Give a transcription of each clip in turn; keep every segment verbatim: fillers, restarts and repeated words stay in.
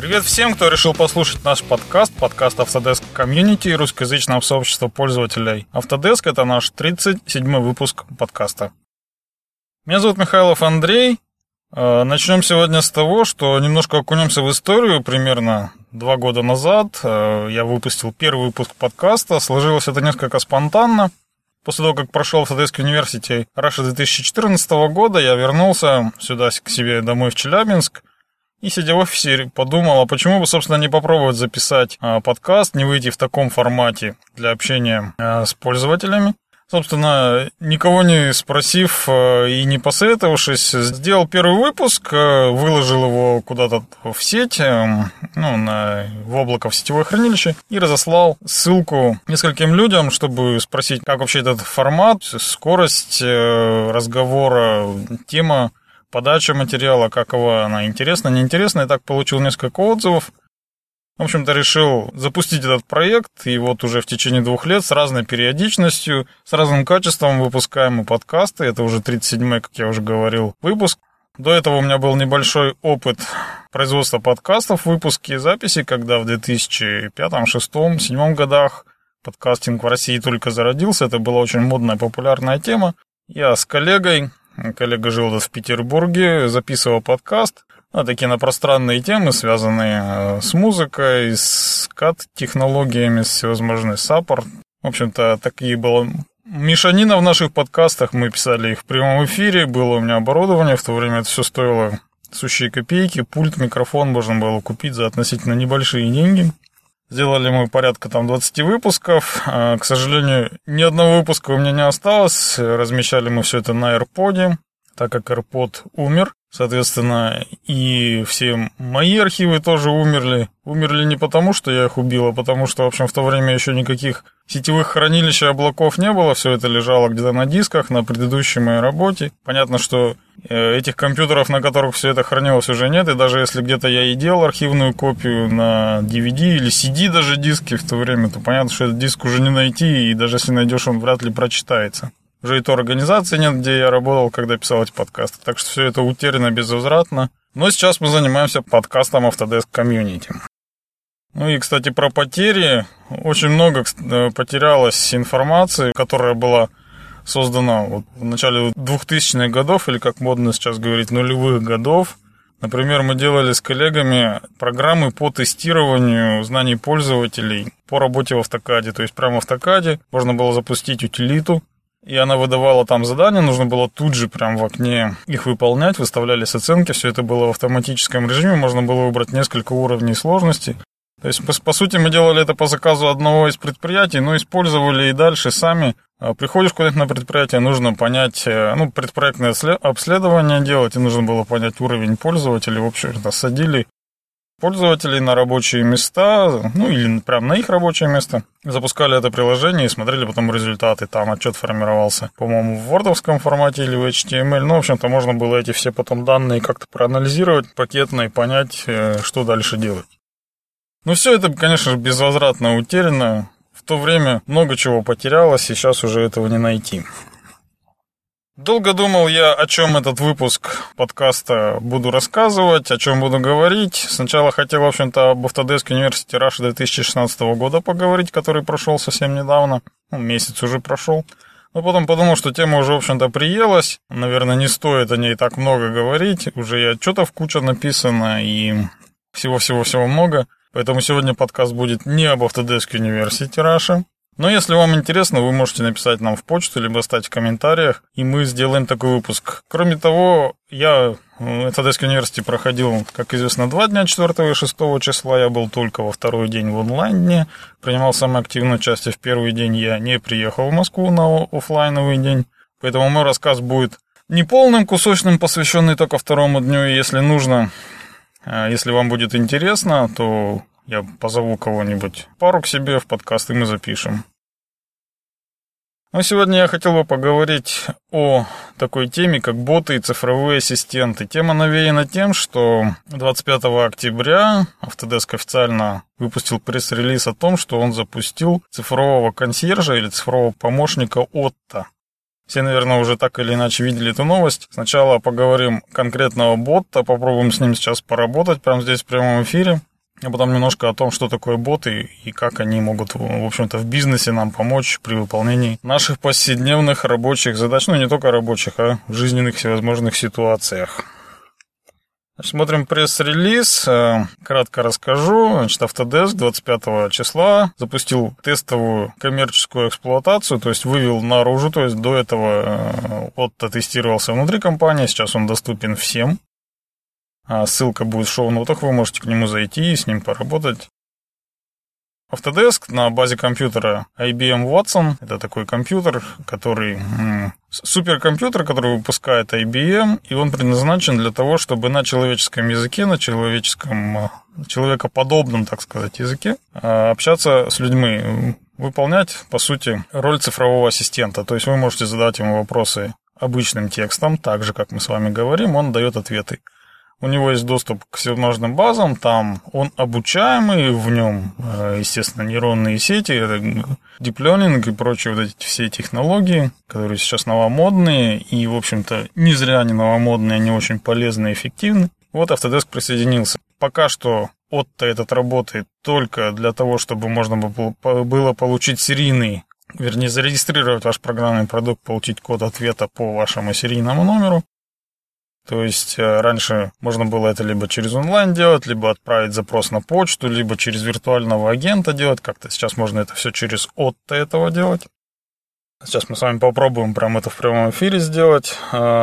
Привет всем, кто решил послушать наш подкаст, подкаст Autodesk Community, русскоязычного сообщества пользователей Autodesk. Это наш тридцать седьмой выпуск подкаста. Меня зовут Михайлов Андрей. Начнем сегодня с того, что немножко окунемся в историю. Примерно два года назад я выпустил первый выпуск подкаста. Сложилось это несколько спонтанно. После того, как прошел Autodesk University Russia две тысячи четырнадцатого года, я вернулся сюда к себе домой в Челябинск. И, сидя в офисе, подумал, а почему бы, собственно, не попробовать записать а, подкаст, не выйти в таком формате для общения а, с пользователями. Собственно, никого не спросив а, и не посоветовавшись, сделал первый выпуск, а, выложил его куда-то в сеть, а, ну, на, в облако, в сетевое хранилище, и разослал ссылку нескольким людям, чтобы спросить, как вообще этот формат, скорость а, разговора, тема, подача материала, какова она, интересна, неинтересна, и так получил несколько отзывов. В общем-то, решил запустить этот проект, и вот уже в течение двух лет с разной периодичностью, с разным качеством выпускаем мы подкасты. Это уже тридцать седьмой, как я уже говорил, выпуск. До этого у меня был небольшой опыт производства подкастов, выпуски и записи, когда в две тысячи пятом, шестом, две тысячи седьмом годах подкастинг в России только зародился. Это была очень модная, популярная тема. Я с коллегой... Коллега жил в Петербурге, записывал подкаст на такие на пространные темы, связанные с музыкой, с кат-технологиями, с всевозможными саппорт. В общем-то, такие была мешанина в наших подкастах. Мы писали их в прямом эфире, было у меня оборудование, в то время это все стоило сущие копейки, пульт, микрофон можно было купить за относительно небольшие деньги. Сделали мы порядка там двадцати выпусков. К сожалению, ни одного выпуска у меня не осталось. Размещали мы все это на AirPod, так как AirPod умер. Соответственно, и все мои архивы тоже умерли. Умерли не потому, что я их убил, а потому что, в общем, в то время еще никаких сетевых хранилищ и облаков не было. Все это лежало где-то на дисках, на предыдущей моей работе. Понятно, что этих компьютеров, на которых все это хранилось, уже нет. И даже если где-то я и делал архивную копию на ди ви ди или си ди даже диски в то время, то понятно, что этот диск уже не найти. И даже если найдешь, он вряд ли прочитается. Уже и то организации нет, где я работал, когда писал эти подкасты. Так что все это утеряно безвозвратно. Но сейчас мы занимаемся подкастом Autodesk Community. Ну и, кстати, про потери. Очень много потерялось информации, которая была создана вот в начале двухтысячных годов, или, как модно сейчас говорить, нулевых годов. Например, мы делали с коллегами программы по тестированию знаний пользователей по работе в автокаде. То есть прямо в автокаде можно было запустить утилиту, и она выдавала там задания, нужно было тут же прям в окне их выполнять, выставлялись оценки, все это было в автоматическом режиме, можно было выбрать несколько уровней сложности. То есть, по, по сути, мы делали это по заказу одного из предприятий, но использовали и дальше сами. Приходишь куда-то на предприятие, нужно понять, ну, предпроектное обследование делать, и нужно было понять уровень пользователей. В общем-то, садили пользователей на рабочие места, ну, или прямо на их рабочее место. Запускали это приложение и смотрели потом результаты. Там отчет формировался, по-моему, в вордовском формате или в эйч ти эм эль. Ну, в общем-то, можно было эти все потом данные как-то проанализировать пакетно и понять, что дальше делать. Ну, все это, конечно же, безвозвратно утеряно. В то время много чего потерялось, и сейчас уже этого не найти. Долго думал я, о чем этот выпуск подкаста буду рассказывать, о чем буду говорить. Сначала хотел, в общем-то, об Autodesk University Russia две тысячи шестнадцатого года поговорить, который прошел совсем недавно. Ну, месяц уже прошел. Но потом подумал, что тема уже, в общем-то, приелась. Наверное, не стоит о ней так много говорить. Уже и отчетов куча написано, и всего-всего-всего много. Поэтому сегодня подкаст будет не об Autodesk University Russia. Но если вам интересно, вы можете написать нам в почту, либо оставить в комментариях, и мы сделаем такой выпуск. Кроме того, я Autodesk University проходил, как известно, два дня, четвёртого и шестого числа. Я был только во второй день в онлайн-дне. Принимал самое активное участие в первый день. Я не приехал в Москву на офлайновый день. Поэтому мой рассказ будет не полным, кусочным, посвященный только второму дню. И если нужно, если вам будет интересно, то я позову кого-нибудь пару к себе в подкаст, и мы запишем. Но сегодня я хотел бы поговорить о такой теме, как боты и цифровые ассистенты. Тема навеяна тем, что двадцать пятого октября Autodesk официально выпустил пресс-релиз о том, что он запустил цифрового консьержа или цифрового помощника Отто. Все, наверное, уже так или иначе видели эту новость. Сначала поговорим конкретно о ботта, попробуем с ним сейчас поработать прямо здесь в прямом эфире. а потом немножко о том, что такое боты и как они могут, в общем-то, в бизнесе нам помочь при выполнении наших повседневных рабочих задач, ну, не только рабочих, а в жизненных всевозможных ситуациях. Смотрим пресс-релиз. Кратко расскажу. Значит, Autodesk двадцать пятого числа запустил тестовую коммерческую эксплуатацию, то есть вывел наружу, то есть до этого Otto тестировался внутри компании, сейчас он доступен всем. Ссылка будет в шоу-нотах, вы можете к нему зайти и с ним поработать. Autodesk на базе компьютера ай би эм Watson. Это такой компьютер, который... М- суперкомпьютер, который выпускает ай би эм, и он предназначен для того, чтобы на человеческом языке, на человеческом, человекоподобном, так сказать, языке общаться с людьми, выполнять, по сути, роль цифрового ассистента. То есть вы можете задать ему вопросы обычным текстом, так же, как мы с вами говорим, он дает ответы. У него есть доступ к всевозможным базам, там он обучаемый, в нем, естественно, нейронные сети, это deep learning и прочие вот эти все технологии, которые сейчас новомодные, и, в общем-то, не зря они новомодные, они очень полезны и эффективны. Вот Autodesk присоединился. Пока что Otto этот работает только для того, чтобы можно было получить серийный, вернее, зарегистрировать ваш программный продукт, получить код ответа по вашему серийному номеру. То есть раньше можно было это либо через онлайн делать, либо отправить запрос на почту, либо через виртуального агента делать. Как-то сейчас можно это все через Otto этого делать. Сейчас мы с вами попробуем прям это в прямом эфире сделать.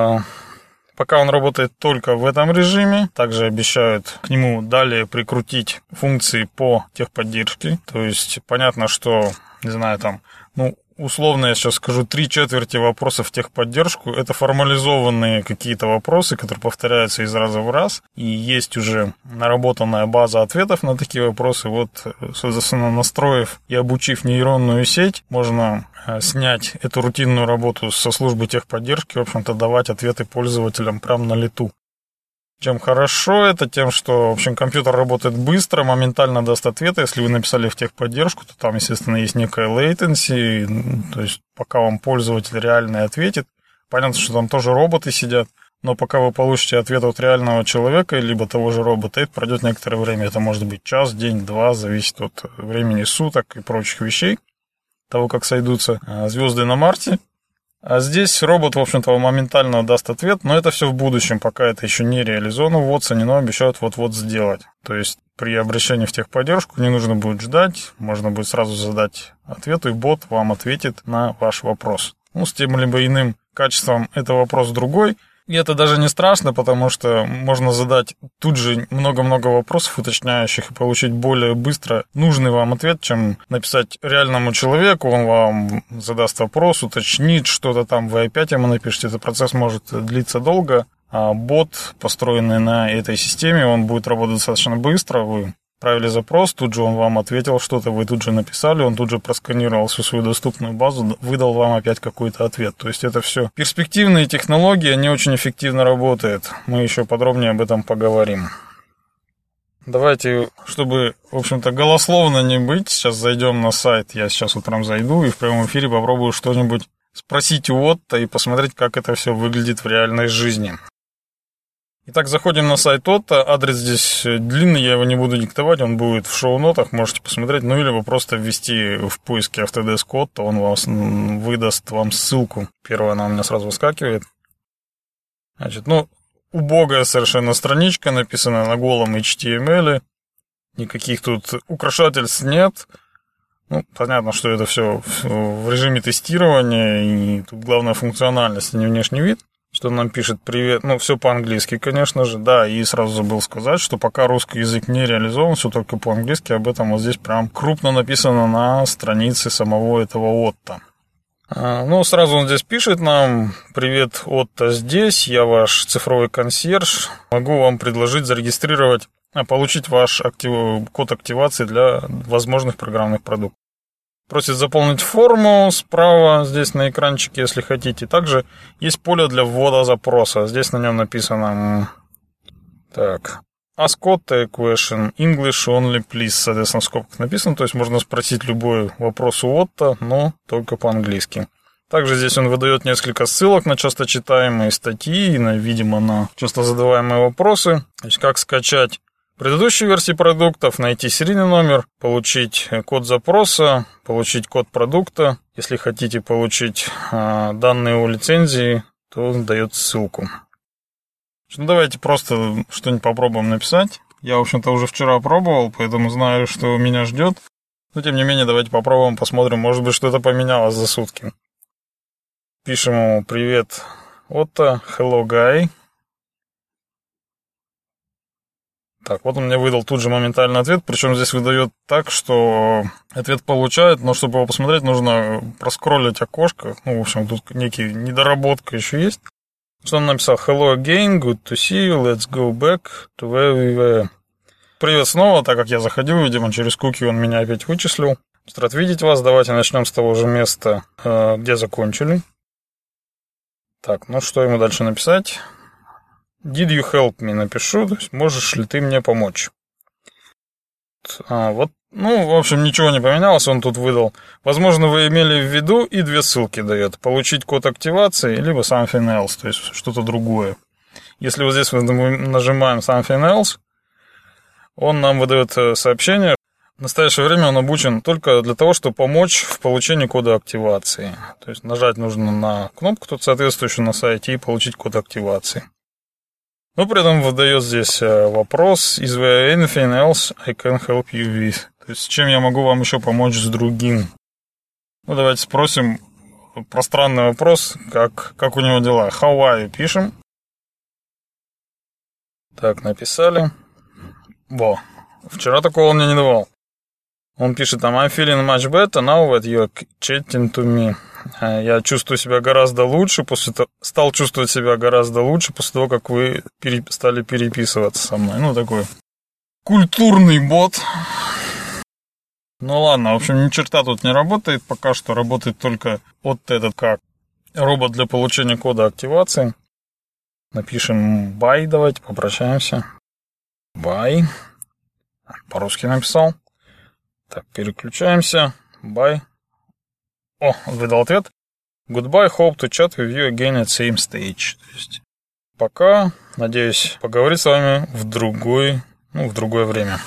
Пока он работает только в этом режиме. Также обещают к нему далее прикрутить функции по техподдержке. То есть понятно, что, не знаю, там, ну, условно я сейчас скажу, три четверти вопросов в техподдержку — это формализованные какие-то вопросы, которые повторяются из раза в раз, и есть уже наработанная база ответов на такие вопросы. Вот, соответственно, настроив и обучив нейронную сеть, можно снять эту рутинную работу со службы техподдержки, в общем-то, давать ответы пользователям прямо на лету. Чем хорошо это? Тем, что, в общем, компьютер работает быстро, моментально даст ответы. Если вы написали в техподдержку, то там, естественно, есть некая latency, то есть пока вам пользователь реально ответит. Понятно, что там тоже роботы сидят, но пока вы получите ответ от реального человека, либо того же робота, это пройдет некоторое время. Это может быть час, день, два, зависит от времени суток и прочих вещей, того, как сойдутся звезды на Марсе. А здесь робот, в общем-то, моментально даст ответ, но это все в будущем, пока это еще не реализовано в Watson, но обещают вот-вот сделать. То есть при обращении в техподдержку не нужно будет ждать, можно будет сразу задать ответ, и бот вам ответит на ваш вопрос. Ну, с тем либо иным качеством это вопрос другой. И это даже не страшно, потому что можно задать тут же много-много вопросов уточняющих и получить более быстро нужный вам ответ, чем написать реальному человеку, он вам задаст вопрос, уточнит что-то там, вы опять ему напишите. Этот процесс может длиться долго, а бот, построенный на этой системе, он будет работать достаточно быстро, вы отправили запрос, тут же он вам ответил что-то, вы тут же написали, он тут же просканировал всю свою доступную базу, выдал вам опять какой-то ответ. То есть это все перспективные технологии, они очень эффективно работают. Мы еще подробнее об этом поговорим. Давайте, чтобы, в общем-то, голословно не быть, сейчас зайдем на сайт, я сейчас утром зайду и в прямом эфире попробую что-нибудь спросить у Otto и посмотреть, как это все выглядит в реальной жизни. Итак, заходим на сайт Otto. Адрес здесь длинный, я его не буду диктовать, он будет в шоу-нотах, можете посмотреть. Ну или вы просто ввести в поиске Autodesk Otto, он вас выдаст вам ссылку. Первая она у меня сразу выскакивает. Значит, ну, убогая совершенно страничка, написанная на голом эйч ти эм эл. Никаких тут украшательств нет. Ну, понятно, что это все в режиме тестирования, и тут главная функциональность, а не внешний вид. Что нам пишет привет, ну, все по-английски, конечно же, да, и сразу забыл сказать, что пока русский язык не реализован, все только по-английски, об этом вот здесь прям крупно написано на странице самого этого Otto. А, ну, сразу он здесь пишет нам: привет, Otto здесь, я ваш цифровой консьерж, могу вам предложить зарегистрировать, а получить ваш актив, код активации для возможных программных продуктов. Просит заполнить форму справа, здесь на экранчике, если хотите. Также есть поле для ввода запроса. Здесь на нем написано: так, ask Otto a question, English only, please. Соответственно, в скобках написано. То есть можно спросить любой вопрос у Otto, но только по-английски. Также здесь он выдает несколько ссылок на часто читаемые статьи, на, видимо, на часто задаваемые вопросы. Значит, как скачать предыдущей версии продуктов, найти серийный номер, получить код запроса, получить код продукта. Если хотите получить э, данные о лицензии, то дает ссылку. Ну, давайте просто что-нибудь попробуем написать. Я, в общем-то, уже вчера пробовал, поэтому знаю, что меня ждет. Но, тем не менее, давайте попробуем, посмотрим, может быть, что-то поменялось за сутки. Пишем ему «Привет, Отто, hello, guy». Так, вот он мне выдал тут же моментальный ответ, причем здесь выдает так, что ответ получает, но чтобы его посмотреть, нужно проскроллить окошко. Ну, в общем, тут некий недоработка еще есть. Что он написал? Hello again, good to see you, let's go back to where we were. Привет снова, так как я заходил, видимо, через куки он меня опять вычислил. Рад видеть вас, давайте начнем с того же места, где закончили. Так, ну что ему дальше написать? Did you help me? Напишу, то есть можешь ли ты мне помочь? А, вот, ну, в общем, ничего не поменялось, он тут выдал. Возможно, вы имели в виду, и две ссылки дает. Получить код активации, либо something else, то есть что-то другое. Если вот здесь мы нажимаем something else, он нам выдает сообщение. В настоящее время он обучен только для того, чтобы помочь в получении кода активации. То есть нажать нужно на кнопку, тут соответствующую на сайте, и получить код активации. Но при этом выдает здесь вопрос: Is there anything else I can help you with? То есть, чем я могу вам еще помочь с другим? Ну, давайте спросим пространный вопрос, как, как у него дела. How are you? Пишем. Так, написали. Во, вчера такого он мне не давал. Он пишет там: I'm feeling much better now that you're chatting to me. Я чувствую себя гораздо лучше, после того, стал чувствовать себя гораздо лучше после того, как вы пере, стали переписываться со мной. Ну, такой культурный бот. Ну, ладно, в общем, ни черта тут не работает. Пока что работает только вот этот как робот для получения кода активации. Напишем bye, давайте попрощаемся. Bye. По-русски написал. Так, переключаемся. Bye. О, выдал ответ. Goodbye, hope to chat with you again at same stage. То есть, пока, надеюсь, поговорить с вами в другой, ну, в другое время.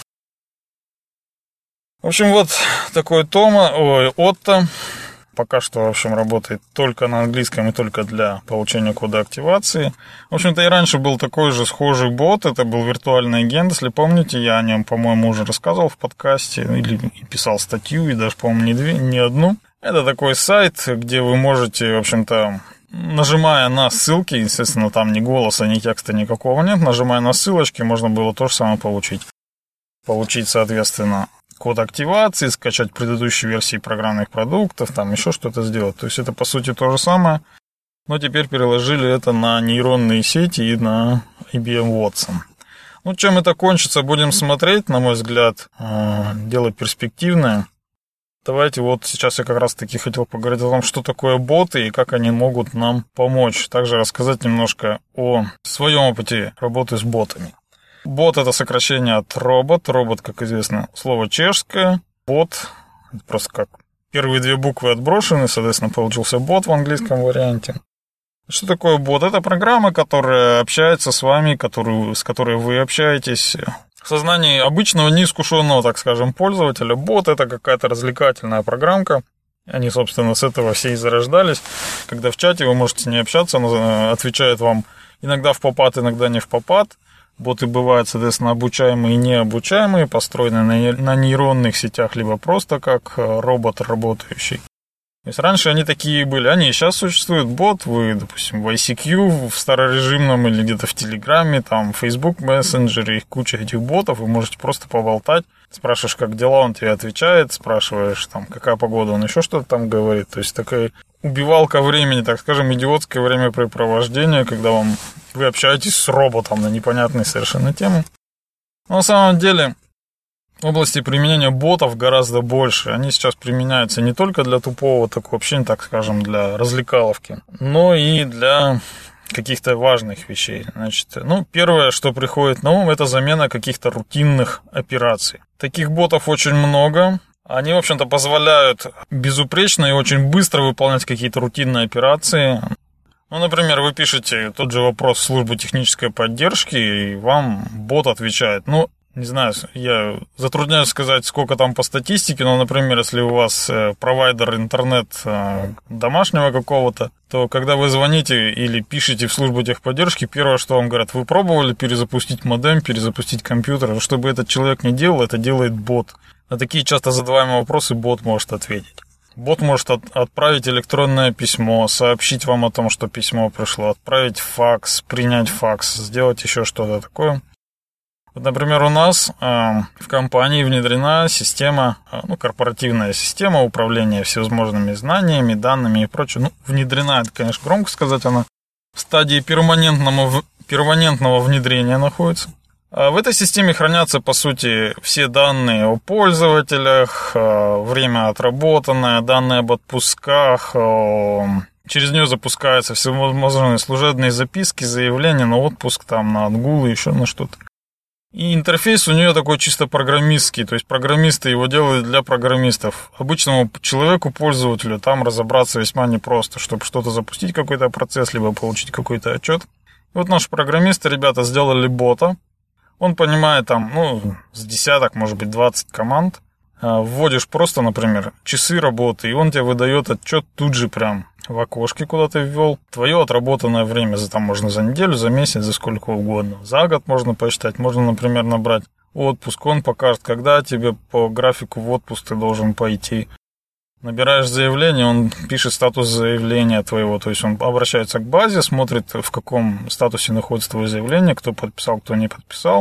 В общем, вот такой Тома, ой, Отто. Пока что, в общем, работает только на английском и только для получения кода активации. В общем-то, и раньше был такой же схожий бот. Это был виртуальный агент, если помните. Я о нем, по-моему, уже рассказывал в подкасте. Или писал статью, и даже, по-моему, не, две, не одну. Это такой сайт, где вы можете, в общем-то, нажимая на ссылки, естественно, там ни голоса, ни текста никакого нет, нажимая на ссылочки, можно было то же самое получить. Получить, соответственно, код активации, скачать предыдущие версии программных продуктов, там еще что-то сделать. То есть это, по сути, то же самое, но теперь переложили это на нейронные сети и на ай би эм Watson. Ну, чем это кончится, будем смотреть, на мой взгляд, дело перспективное. Давайте вот сейчас я как раз таки хотел поговорить о том, что такое боты и как они могут нам помочь. Также рассказать немножко о своем опыте работы с ботами. Бот — это сокращение от робот. Робот, как известно, слово чешское. Бот — просто как первые две буквы отброшены, соответственно, получился бот в английском варианте. Что такое бот? Это программа, которая общается с вами, которую, с которой вы общаетесь. В сознании обычного неискушенного, так скажем, пользователя бот — это какая-то развлекательная программка. Они, собственно, с этого все и зарождались. Когда в чате вы можете не общаться, но отвечает вам иногда в попад, иногда не в попад. Боты бывают, соответственно, обучаемые и необучаемые, построенные на нейронных сетях, либо просто как робот работающий. То есть раньше они такие были, они и сейчас существуют. Бот, вы, допустим, в ай си кью, в старорежимном или где-то в Телеграме, там, в Facebook Messenger, их куча этих ботов, вы можете просто поболтать. Спрашиваешь, как дела, он тебе отвечает, спрашиваешь, там, какая погода, он еще что-то там говорит. То есть такая убивалка времени, так скажем, идиотское времяпрепровождение, когда вам, вы общаетесь с роботом на непонятные совершенно темы. Но на самом деле области применения ботов гораздо больше. Они сейчас применяются не только для тупого такого общения, так скажем, для развлекаловки, но и для каких-то важных вещей. Значит, ну, первое, что приходит на ум, это замена каких-то рутинных операций. Таких ботов очень много. Они, в общем-то, позволяют безупречно и очень быстро выполнять какие-то рутинные операции. Ну, например, вы пишете тот же вопрос в службу технической поддержки, и вам бот отвечает: ну, не знаю, я затрудняюсь сказать, сколько там по статистике, но, например, если у вас провайдер интернет домашнего какого-то, то когда вы звоните или пишете в службу техподдержки, первое, что вам говорят, вы пробовали перезапустить модем, перезапустить компьютер, чтобы этот человек не делал, это делает бот. На такие часто задаваемые вопросы бот может ответить. Бот может от, отправить электронное письмо, сообщить вам о том, что письмо пришло, отправить факс, принять факс, сделать еще что-то такое. Вот, например, у нас э, в компании внедрена система, э, ну, корпоративная система управления всевозможными знаниями, данными и прочее. Ну, внедрена, это, конечно, громко сказать, она в стадии перманентного, перманентного внедрения находится. В этой системе хранятся, по сути, все данные о пользователях, время отработанное, данные об отпусках. Через нее запускаются всевозможные служебные записки, заявления на отпуск, там, на отгулы, еще на что-то. И интерфейс у нее такой чисто программистский, то есть программисты его делают для программистов. Обычному человеку, пользователю, там разобраться весьма непросто, чтобы что-то запустить, какой-то процесс, либо получить какой-то отчет. И вот наши программисты, ребята, сделали бота. Он понимает там, ну, с десяток, может быть, двадцать команд. Вводишь просто, например, часы работы, и он тебе выдает отчет тут же прям в окошке, куда ты ввел. Твое отработанное время, за, там можно за неделю, за месяц, за сколько угодно. За год можно посчитать, можно, например, набрать отпуск. Он покажет, когда тебе по графику в отпуск ты должен пойти. Набираешь заявление, он пишет статус заявления твоего, то есть он обращается к базе, смотрит, в каком статусе находится твое заявление, кто подписал, кто не подписал,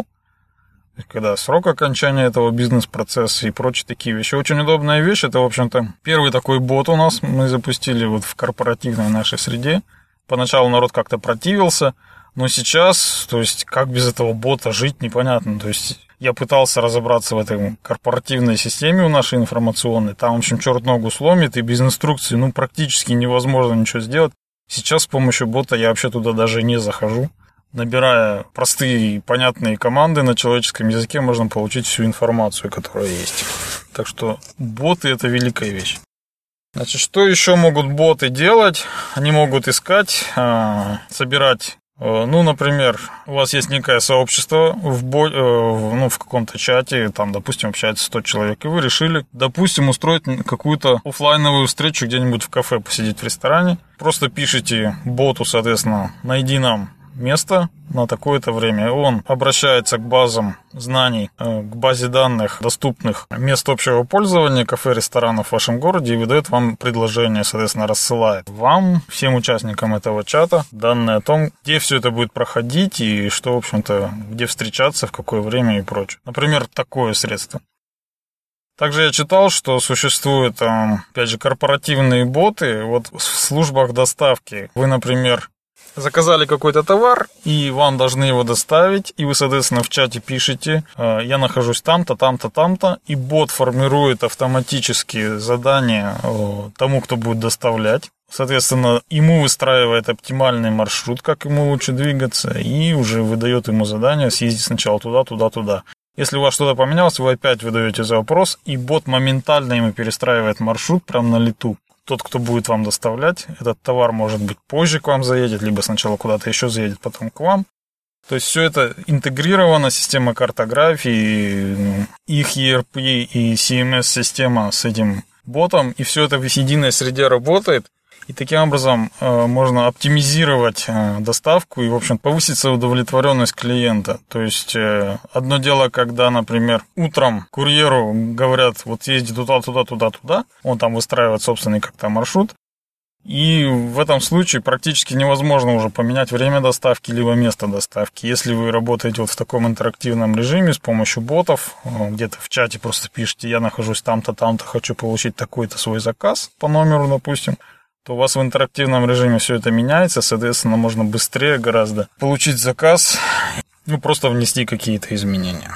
когда срок окончания этого бизнес-процесса и прочие такие вещи. Очень удобная вещь, это, в общем-то, первый такой бот у нас мы запустили вот в корпоративной нашей среде. Поначалу народ как-то противился, но сейчас, то есть, как без этого бота жить, непонятно, то есть... Я пытался разобраться в этой корпоративной системе у нашей информационной. Там, в общем, черт ногу сломит, и без инструкции, ну, практически невозможно ничего сделать. Сейчас с помощью бота я вообще туда даже не захожу. Набирая простые и понятные команды на человеческом языке, можно получить всю информацию, которая есть. Так что боты – это великая вещь. Значит, что еще могут боты делать? Они могут искать, собирать... Ну, например, у вас есть некое сообщество в, бо... ну, в каком-то чате, там, допустим, общается сто человек, и вы решили, допустим, устроить какую-то офлайновую встречу где-нибудь в кафе, посидеть в ресторане. Просто пишите боту, соответственно, найди нам место на такое-то время. Он обращается к базам знаний, к базе данных доступных мест общего пользования, кафе, ресторанов в вашем городе и выдает вам предложение, соответственно, рассылает вам, всем участникам этого чата, данные о том, где все это будет проходить и что, в общем-то, где встречаться, в какое время и прочее. Например, такое средство. Также я читал, что существуют, опять же, корпоративные боты. Вот в службах доставки вы, например, заказали какой-то товар, и вам должны его доставить, и вы, соответственно, в чате пишете, я нахожусь там-то, там-то, там-то, и бот формирует автоматически задание тому, кто будет доставлять. Соответственно, ему выстраивает оптимальный маршрут, как ему лучше двигаться, и уже выдает ему задание съездить сначала туда, туда, туда. Если у вас что-то поменялось, вы опять выдаете запрос, и бот моментально ему перестраивает маршрут прямо на лету. Тот, кто будет вам доставлять, этот товар, может быть, позже к вам заедет, либо сначала куда-то еще заедет, потом к вам. То есть все это интегрировано, система картографии, ну, их и эр пи и си эм эс-система с этим ботом, и все это в единой среде работает. И таким образом э, можно оптимизировать э, доставку и, в общем, повысить удовлетворенность клиента. То есть э, одно дело, когда, например, утром курьеру говорят, вот езди туда, туда, туда, туда, он там выстраивает собственный как-то маршрут. И в этом случае практически невозможно уже поменять время доставки либо место доставки. Если вы работаете вот в таком интерактивном режиме с помощью ботов, где-то в чате просто пишете, я нахожусь там-то, там-то, хочу получить такой-то свой заказ по номеру, допустим, то у вас в интерактивном режиме все это меняется, соответственно, можно быстрее гораздо получить заказ, ну, просто внести какие-то изменения.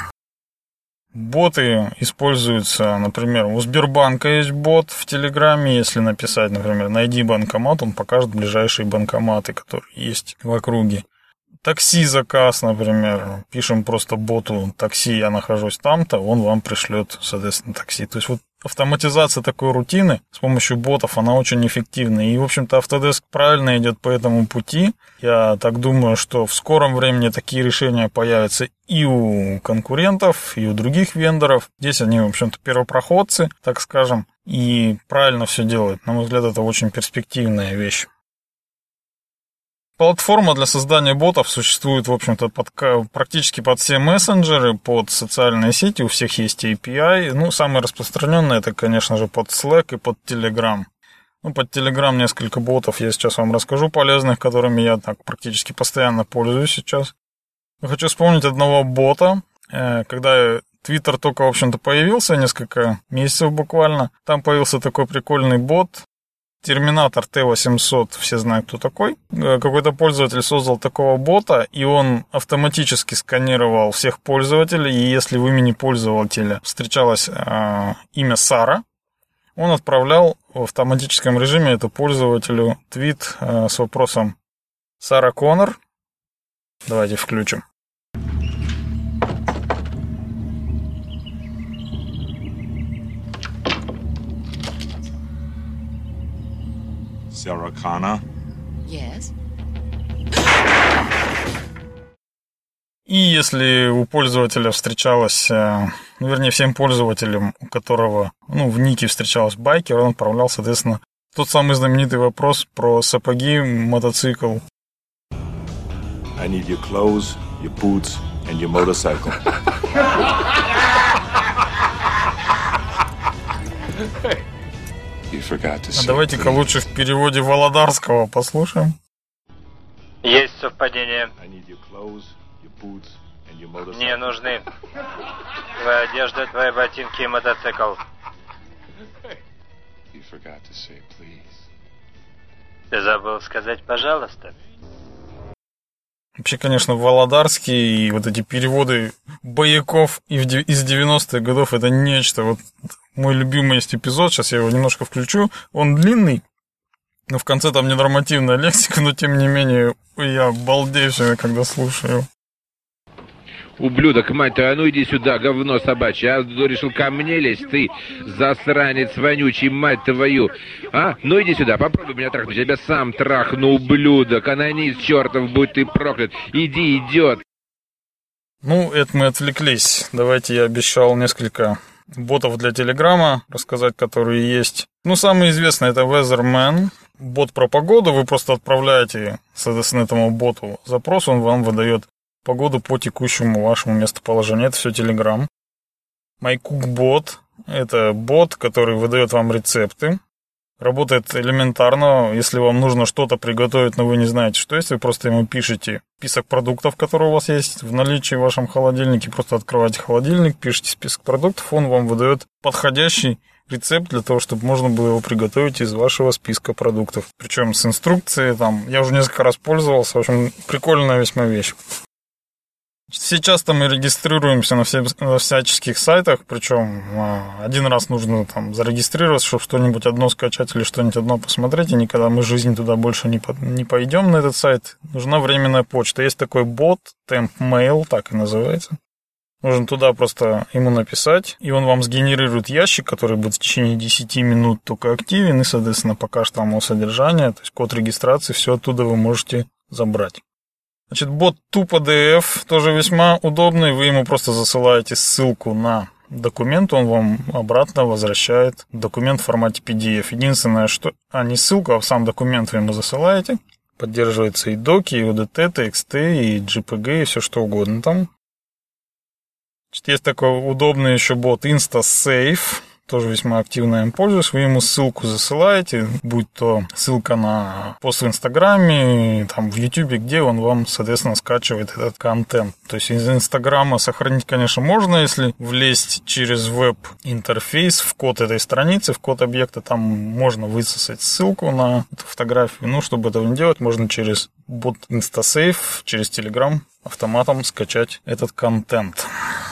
Боты используются, например, у Сбербанка есть бот в Телеграме, если написать, например, найди банкомат, он покажет ближайшие банкоматы, которые есть в округе. Такси заказ, например, пишем просто боту такси, я нахожусь там-то, он вам пришлет, соответственно, такси. То есть вот автоматизация такой рутины с помощью ботов, она очень эффективна. И, в общем-то, Autodesk правильно идет по этому пути. Я так думаю, что в скором времени такие решения появятся и у конкурентов, и у других вендоров. Здесь они, в общем-то, первопроходцы, так скажем, и правильно все делают. На мой взгляд, это очень перспективная вещь. Платформа для создания ботов существует, в общем-то, под, практически под все мессенджеры, под социальные сети, у всех есть эй пи ай. Ну, самое распространенное это, конечно же, под Slack и под Telegram. Ну, под Telegram несколько ботов я сейчас вам расскажу полезных, которыми я так практически постоянно пользуюсь сейчас. Я хочу вспомнить одного бота, когда Twitter только, в общем-то, появился, несколько месяцев буквально. Там появился такой прикольный бот. Терминатор Т восемьсот, все знают, кто такой. Какой-то пользователь создал такого бота, и он автоматически сканировал всех пользователей, и если в имени пользователя встречалось э, имя Сара, он отправлял в автоматическом режиме этому пользователю твит э, с вопросом «Сара Коннор». Давайте включим. Sarah Connor? Yes. И если у пользователя встречалось, ну, вернее, всем пользователям, у которого, ну, в нике встречалась байкер, он отправлял, соответственно, тот самый знаменитый вопрос про сапоги, мотоцикл. I need your clothes, your boots and your motorcycle. А давайте-ка лучше в переводе Володарского послушаем. Есть совпадение. Мне нужны твоя одежда, твои ботинки и мотоцикл. Ты забыл сказать «пожалуйста». Вообще, конечно, Володарский и вот эти переводы бояков из девяностых годов — это нечто. Вот мой любимый есть эпизод, сейчас я его немножко включу. Он длинный, но в конце там ненормативная лексика, но тем не менее я балдею все, когда слушаю. Ублюдок, мать твою, а ну иди сюда, говно собачье, а ты решил ко мне лезть, ты засранец вонючий, мать твою, а? Ну иди сюда, попробуй меня трахнуть, я тебя сам трахну, ублюдок, анонист чертов, будь ты проклят, иди, идиот. Ну, это мы отвлеклись, давайте я обещал несколько ботов для Телеграма рассказать, которые есть. Ну, самый известный это Weatherman, бот про погоду, вы просто отправляете, соответственно, этому боту запрос, он вам выдает погоду по текущему вашему местоположению. Это все Telegram. MyCookBot — это бот, который выдает вам рецепты. Работает элементарно. Если вам нужно что-то приготовить, но вы не знаете, что есть, вы просто ему пишете список продуктов, которые у вас есть в наличии в вашем холодильнике. Просто открываете холодильник, пишите список продуктов, он вам выдает подходящий рецепт для того, чтобы можно было его приготовить из вашего списка продуктов. Причем с инструкцией, там, я уже несколько раз пользовался. В общем, прикольная весьма вещь. Сейчас-то мы регистрируемся на, все, на всяческих сайтах, причем один раз нужно там зарегистрироваться, чтобы что-нибудь одно скачать или что-нибудь одно посмотреть, и никогда мы в жизни туда больше не, по, не пойдем на этот сайт. Нужна временная почта. Есть такой бот, TempMail, так и называется. Нужно туда просто ему написать, и он вам сгенерирует ящик, который будет в течение десяти минут только активен, и, соответственно, покажет вам его содержание, то есть код регистрации, все оттуда вы можете забрать. Значит, бот TupoDF тоже весьма удобный. Вы ему просто засылаете ссылку на документ, он вам обратно возвращает документ в формате пи ди эф. Единственное, что... А, не ссылку, а сам документ вы ему засылаете. Поддерживается и доки, и о ди ти, и ти экс ти, и джей пи джи, и все что угодно там. Значит, есть такой удобный еще бот InstaSafe. Тоже весьма активно им пользуюсь. Вы ему ссылку засылаете, будь то ссылка на пост в Инстаграме, там в Ютубе, где он вам, соответственно, скачивает этот контент. То есть из Инстаграма сохранить, конечно, можно, если влезть через веб-интерфейс в код этой страницы, в код объекта, там можно высосать ссылку на эту фотографию. Ну, чтобы этого не делать, можно через бот InstaSafe, через Telegram автоматом скачать этот контент.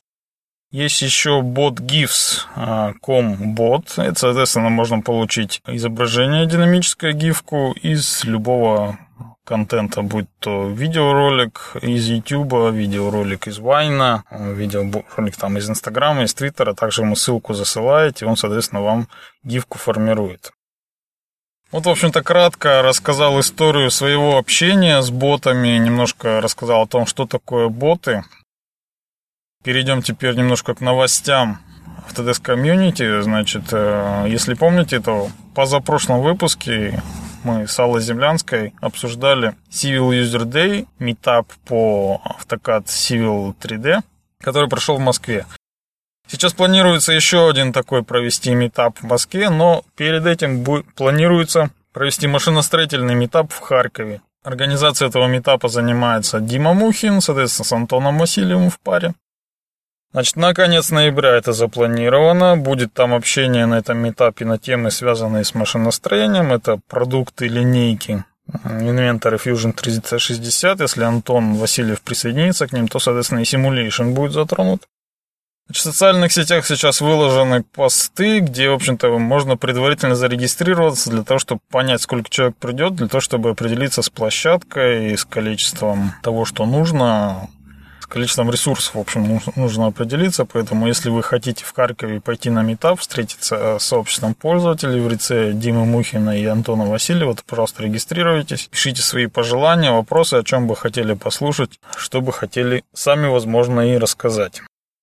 Есть еще бот GIFs точка ком бот. Это, соответственно, можно получить изображение, динамическое гифку из любого контента, будь то видеоролик из YouTube, видеоролик из Вайна, видеоролик там из Инстаграма, из Твиттера. Также ему ссылку засылаете, он, соответственно, вам гифку формирует. Вот, в общем-то, кратко рассказал историю своего общения с ботами, немножко рассказал о том, что такое боты. Перейдем теперь немножко к новостям Autodesk Community. Значит, если помните, то в позапрошлом выпуске мы с Аллой Землянской обсуждали Civil User Day, митап по AutoCAD Civil три дэ, который прошел в Москве. Сейчас планируется еще один такой провести митап в Москве, но перед этим будет, планируется провести машиностроительный митап в Харькове. Организацией этого митапа занимается Дима Мухин, соответственно, с Антоном Васильевым в паре. Значит, на конец ноября это запланировано. Будет там общение на этом митапе на темы, связанные с машиностроением. Это продукты, линейки, инвентарь Fusion триста шестьдесят. Если Антон Васильев присоединится к ним, то, соответственно, и Simulation будет затронут. В социальных сетях сейчас выложены посты, где, в общем-то, можно предварительно зарегистрироваться для того, чтобы понять, сколько человек придет, для того, чтобы определиться с площадкой и с количеством того, что нужно, с количеством ресурсов, в общем, нужно определиться. Поэтому, если вы хотите в Харькове пойти на митап, встретиться с сообществом пользователей в лице Димы Мухина и Антона Васильева, то, пожалуйста, регистрируйтесь, пишите свои пожелания, вопросы, о чем бы хотели послушать, что бы хотели сами, возможно, и рассказать.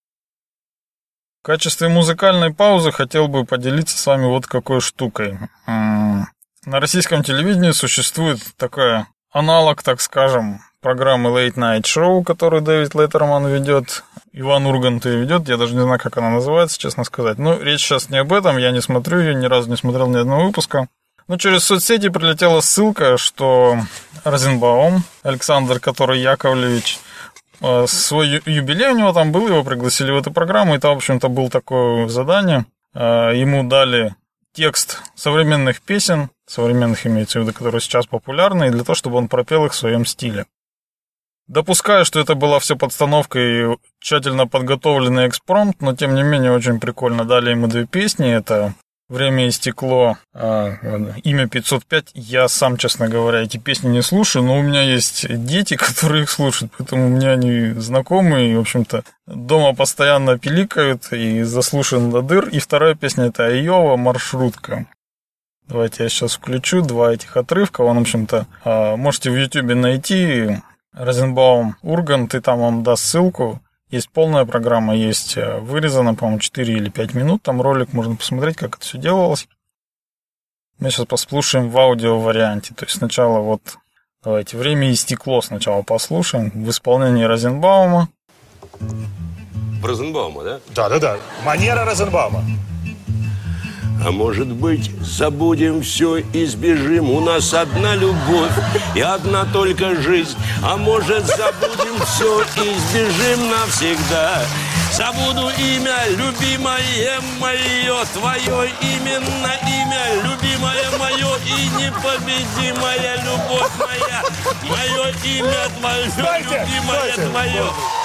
В качестве музыкальной паузы хотел бы поделиться с вами вот какой штукой. На российском телевидении существует такой аналог, так скажем, программы Late Night Show, которую Дэвид Леттерман ведет, Иван Ургант ее ведет, я даже не знаю, как она называется, честно сказать. Но речь сейчас не об этом, я не смотрю ее, ни разу не смотрел ни одного выпуска. Но через соцсети прилетела ссылка, что Розенбаум, Александр, который Яковлевич, свой юбилей у него там был, его пригласили в эту программу, и там, в общем-то, было такое задание. Ему дали текст современных песен, современных имеется в виду, которые сейчас популярны, для того, чтобы он пропел их в своем стиле. Допускаю, что это была все подстановка и тщательно подготовленный экспромт, но, тем не менее, очень прикольно. Дали ему две песни, это «Время и стекло», «Имя пятьсот пять». Я сам, честно говоря, эти песни не слушаю, но у меня есть дети, которые их слушают, поэтому у меня они знакомые, и, в общем-то, дома постоянно пиликают и заслушан до дыр. И вторая песня — это «Айова, маршрутка». Давайте я сейчас включу два этих отрывка. Он, в общем-то, можете в Ютубе найти Розенбаум Ургант, и там вам даст ссылку. Есть полная программа, есть вырезано, по-моему, четыре или пять минут. Там ролик, можно посмотреть, как это все делалось. Мы сейчас послушаем в аудио-варианте. То есть сначала вот, давайте, «Время и стекло» сначала послушаем в исполнении Розенбаума. Розенбаума, да? Да-да-да, манера Розенбаума. А может быть, забудем все и сбежим? У нас одна любовь и одна только жизнь. А может, забудем все и сбежим навсегда? Забуду имя, любимое мое, твое именно имя, любимое мое и непобедимая любовь моя. Мое имя твое, Стойте, любимое стойте. твое.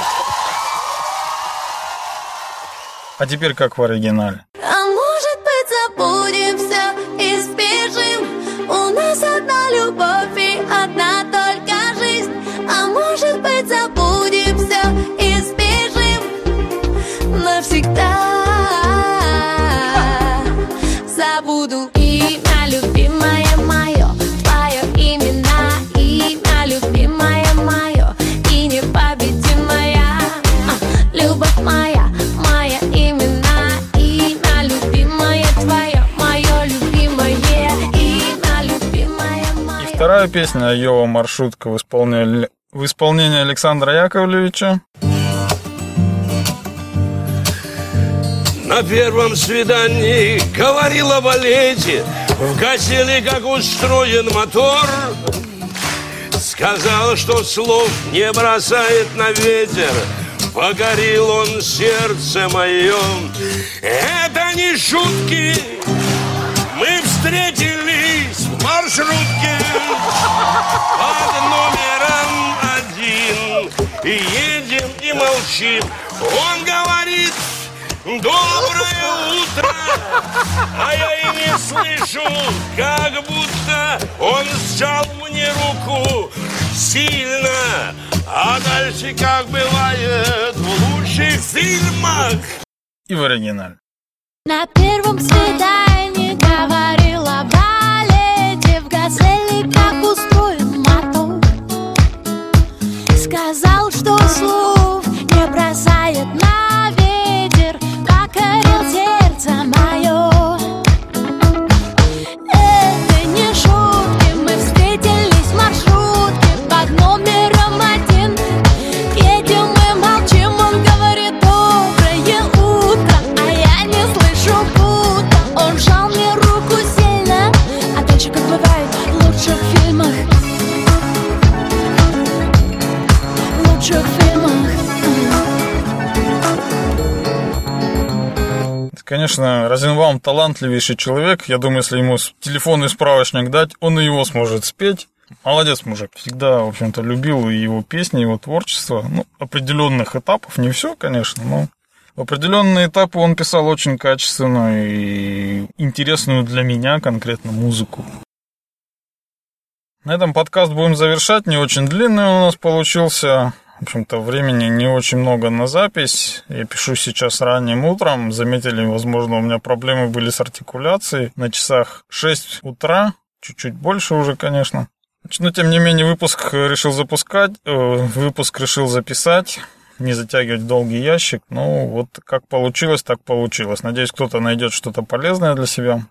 А теперь как в оригинале. А может быть, забудем все и сбежим? У нас одна любовь и одна только жизнь. А может быть, забудем все и сбежим навсегда? Забуду имя, любимое мое, твое именно имя, любимое мое и непобедимая а, любовь моя. Вторая песня «Айова, маршрутка» в исполнении, в исполнении Александра Яковлевича. На первом свидании говорила Валете, в газели как устроен мотор. Сказал, что слов не бросает на ветер, покорил он сердце мое. Это не шутки, мы встретились в маршрутке под номером один. И едем и молчим. Он говорит: доброе утро, а я и не слышу, как будто он сжал мне мне руку сильно, а дальше, как бывает в лучших фильмах. И в оригинале. На первом свидании говорила балете в газели, как устроен мотор. Сказал, что слов не бросает на ветер, покорил сердце мое. Это не шутки, мы встретились в маршрутке под номером один. Едем и молчим, он говорит доброе утро, а я не слышу будто. Он сжал мне руку сильно, а дальше, как бывает в лучших фильмах, в лучших фильмах. Конечно, Розенбаум талантливейший человек. Я думаю, если ему телефонный справочник дать, он и его сможет спеть. Молодец мужик. Всегда, в общем-то, любил и его песни, его творчество. Ну, определенных этапов, не все, конечно, но в определенные этапы он писал очень качественную и интересную для меня конкретно музыку. На этом подкаст будем завершать. Не очень длинный он у нас получился. В общем-то, времени не очень много на запись. Я пишу сейчас ранним утром. Заметили, возможно, у меня проблемы были с артикуляцией. На часах шесть утра. Чуть-чуть больше уже, конечно. Но, тем не менее, выпуск решил запускать. Э, выпуск решил записать. Не затягивать в долгий ящик. Ну, вот как получилось, так получилось. Надеюсь, кто-то найдет что-то полезное для себя.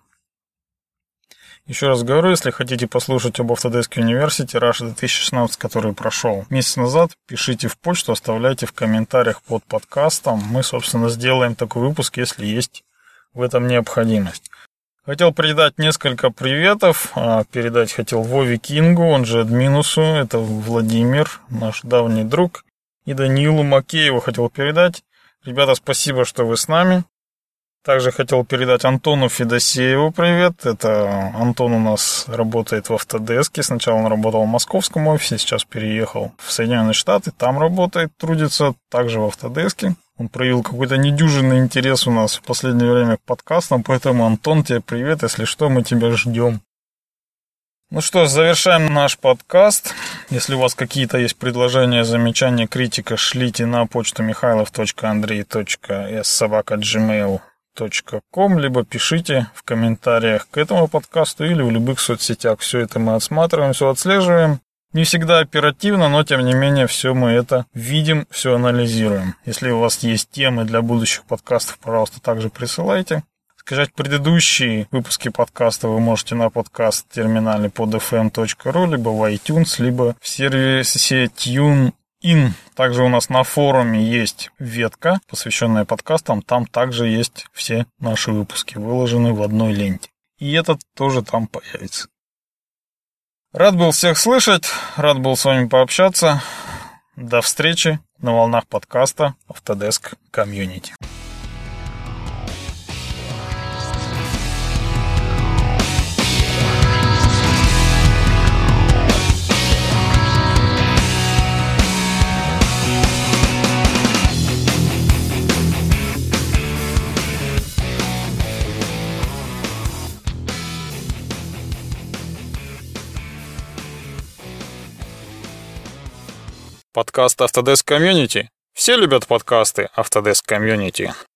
Еще раз говорю, если хотите послушать об Autodesk University Russia две тысячи шестнадцать, который прошел месяц назад, пишите в почту, оставляйте в комментариях под подкастом. Мы, собственно, сделаем такой выпуск, если есть в этом необходимость. Хотел передать несколько приветов. Передать хотел Вове Кингу, он же Админусу, это Владимир, наш давний друг. И Даниилу Макееву хотел передать. Ребята, спасибо, что вы с нами. Также хотел передать Антону Федосееву привет. Это Антон у нас работает в Автодеске. Сначала он работал в московском офисе, сейчас переехал в Соединенные Штаты. Там работает, трудится также в Автодеске. Он проявил какой-то недюжинный интерес у нас в последнее время к подкастам. Поэтому, Антон, тебе привет. Если что, мы тебя ждем. Ну что ж, завершаем наш подкаст. Если у вас какие-то есть предложения, замечания, критика, шлите на почту михайлов точка андрей точка эс собака джимейл точка ком, либо пишите в комментариях к этому подкасту или в любых соцсетях. Все это мы отсматриваем, все отслеживаем. Не всегда оперативно, но тем не менее все мы это видим, все анализируем. Если у вас есть темы для будущих подкастов, пожалуйста, также присылайте. Скачать предыдущие выпуски подкаста вы можете на подкаст-терминале под эф эм точка ру, либо в iTunes, либо в сервисе TuneIn. Также у нас на форуме есть ветка, посвященная подкастам. Там также есть все наши выпуски, выложены в одной ленте. И этот тоже там появится. Рад был всех слышать, рад был с вами пообщаться. До встречи на волнах подкаста Autodesk Community. Подкаст Autodesk Community. Все любят подкасты Autodesk Community.